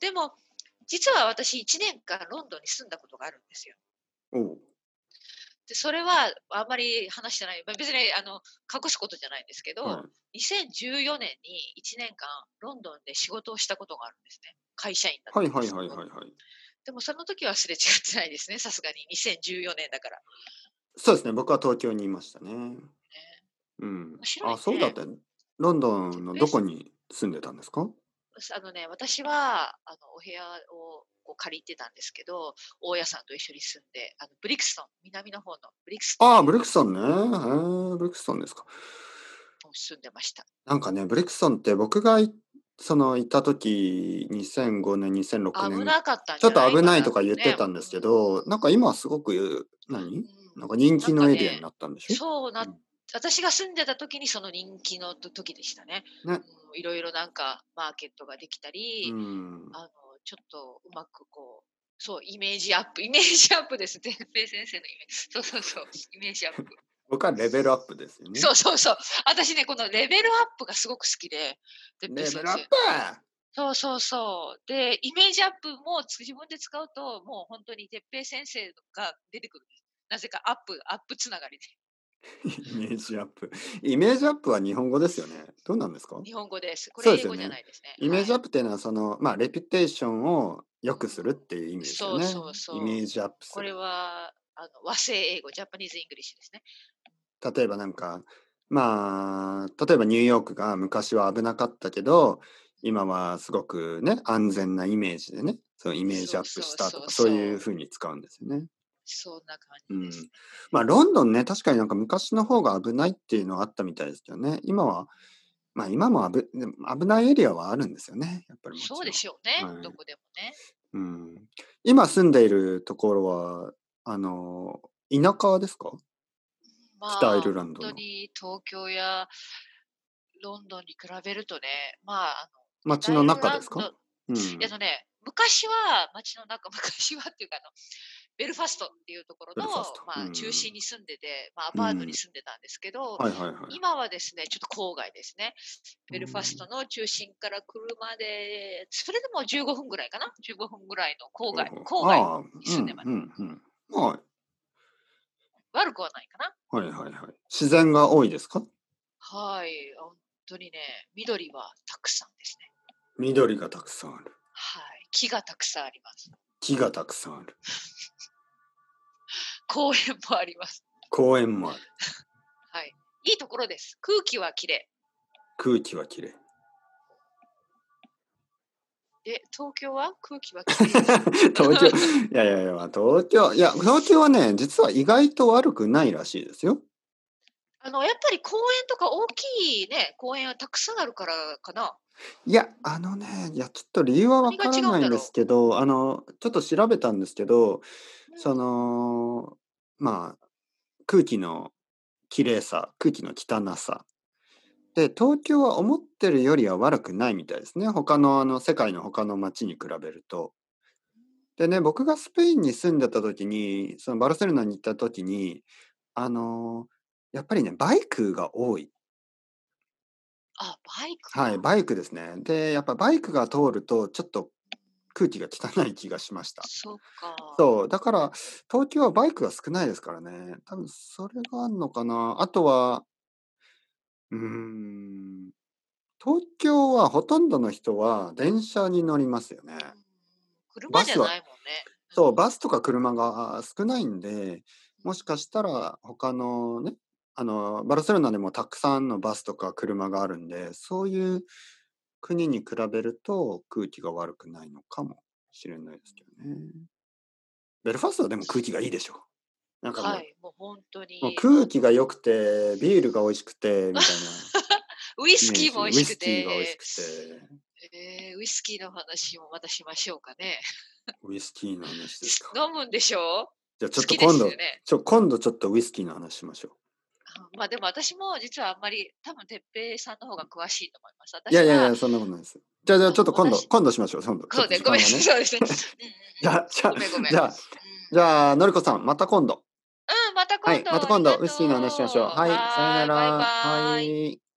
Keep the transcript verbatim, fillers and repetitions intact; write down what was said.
でも、実は私いちねんかんロンドンに住んだことがあるんですよ。 おう。 で、それはあんまり話してない。ま、別にあの、隠すことじゃないんですけど、 はい。 にせんじゅうよねんにいちねんかんロンドンで仕事をしたことがあるんですね。会社員だっはいはいたんですけど。 はいはいはい。 でもその時はすれ違ってないですね、さすがに。にせんじゅうよねんだから。 そうですね、僕は東京にいましたね。 ね。 うん。 面白あ、 いね。 そうだったロンドンのどこてっぺいさんに住んでたんですか？ あのね、私は、あの、お部屋をこう借りてたんですけど、大家さんと一緒に住んで、あの、ブリクストン、南の方のブリクストンっああ、 ていうブリクソンね。 街にへえ、ブリクソンですか。 住んでました。 なんかね、ブリクソンって僕がいその、行った時、にせんごねん、2006年、 危なかったんちょっとじゃない？まだ危ないとか言ってね。 たんですけうん。 ど、なんか今はすごく、何？ うん。 なんか人なん気のエリアにかね、 なったんでしょ？ そうなうん。 私が住んでた時にその人気のと時でしたね。 ね。 うん、いろいろなんかマーケットができたうり、 ん。 あの、ちょっとうまくこう、そう、イメージアップイメージアップです。てっぺい先生のイメージ。そうそうそう、イメージアップ。 僕はレベルアップですよね。 そうそうそう。私ね、このレベルアップがすごく好きで、てっぺいレベルアップ！ 先生の。そうそうそう。で、イメージアップもつ自分で使うと、もうほんとにてっぺい先生が出てくるんです。なぜかアップアップつながりで。 イメージアップ。イメージアップは日本語ですよね。どうなんですか？ 日本語です。これ英語じゃそうですよね。 ないですね。 イメーはい。 ジアップっていうのはその、まあ、レピュテーションを良くするっていう意味ですよそうね。 そうそう。 イメージアップすこれる。 は、あの、和製英語、ジャパニーズイングリッシュですね。 例えばなんか、まあ、例えばニューヨークが昔は危なかったけど、今はすごくね、安全なイメージでね、そのイメージそうアップそうそうしたとか、そういうそう。 風に使うんですよね。 そんな感うん。 じですね。 まあ、ロンドンね、確かになんか昔の方が危ないっていうのはあったみたいですけどね。今は、まあ、今もあぶでも危ないエリアはあるんですよね、やっぱりもそうでちろん。 しょうね、 はい。 どこでもね。 うん。今住んでいるところは、あの、田舎ですか？北アイまあ、ほんルランドの。 とに東京やロンドンに比べるとね、まあ、あの、北街のアイル中ですか？ ランドうん。 えっとね、昔は街の中昔はっていうか、あの、ベルファストっていうところの、 ベルファスト。うまあ、中ん。 心に住んでて、まあ、アパートにうん。 住んでたんですけど、 はいはいはい。 今はですね、ちょっと郊外ですね。 うベルファストん。 の中心から車で、それでもじゅうごふんぐらいかな、じゅうごふんぐらいの郊外ほうほう。 郊外ああ、うんに住んでます。 うんうん。はい。 悪くはないかな。 はいはいはい。自然が多いですか？ はい、ほんとにね、緑はたくさんですね。 緑がたくさんある。 はい、木がたくさんあります。 木がたくさんある。 公園もあります。 公園もある。 はい。いいところです。空気はきれい。 空気はきれい。 で、東京は空気はきれいですか？ 東京、いやいやいや、東京いや、東京はね、実は意外と悪くないらしいですよ。 あの、やっぱり公園とか大きいね、公園はたくさんあるからかな。 いや、あのね、いや、ちょっと理由はわ何がからないんです違うんだろけど、あの、ちょっと調べたんですけど、 う。うそん。 の、まあ、空気の綺麗さ、空気の汚さ。で、東京は思ってるよりは悪くないみたいですね。他のあの世界の他の街に比べると。でね、僕がスペインに住んでた時に、そのバルセロナに行った時に、あの、やっぱりね、バイクが多い。 あ、バイクはい、 か。 バイクですね。で、やっぱバイクが通るとちょっと空気が汚い気がしました。 そっか。 そう、だから東京はバイクが少ないですからね。多分それがあんのかな。あとは、うーん、東京はほとんどの人は電車に乗りますよね。 うん。車じゃバスはないもんね。うん。 そう、バスとか車が少ないんで、 うん。 もしかしたら他のね、あの、バルセロナでもたくさんのバスとか車があるんで、そういう国に比べると空気が悪くないのかもしれないですけどね。ベルファストはでも空気がいいでしょ。なんかもう、 はい、もうほんともうに、あの、 空気が良くて、ビールが美味しくてみたいなウイイメージ。 スキーも美味ウイしくスキーが美味して、 くて、 ええ、ウイスキーの話もまたしましょうかね。 ウイスキーの話ですしか。 飲むんでしょう？ じゃあちょっ好きでと今度、 すよね。 ちょ今度ちょっとウイスキーの話しましょう。 あ、ま、でも私も実はあんまり、多分哲平さんの方が詳しいと思います。私は、 いやいやいや、そんなことないです。じゃあじゃああの、 ちょっと今度私今度しましょう、今度。ちょっとそうね、ごめん、 時間がね。 そうですね。うんうんうん。 じゃあじゃあごめんごめん。 じゃあうん。 じゃあ、のりこさん、また今度。 うん、またはい、 今度また今度ありがとう。 ウイスキーの話しましょう。はい、さよなはーい、バイら。はバーイ。 い。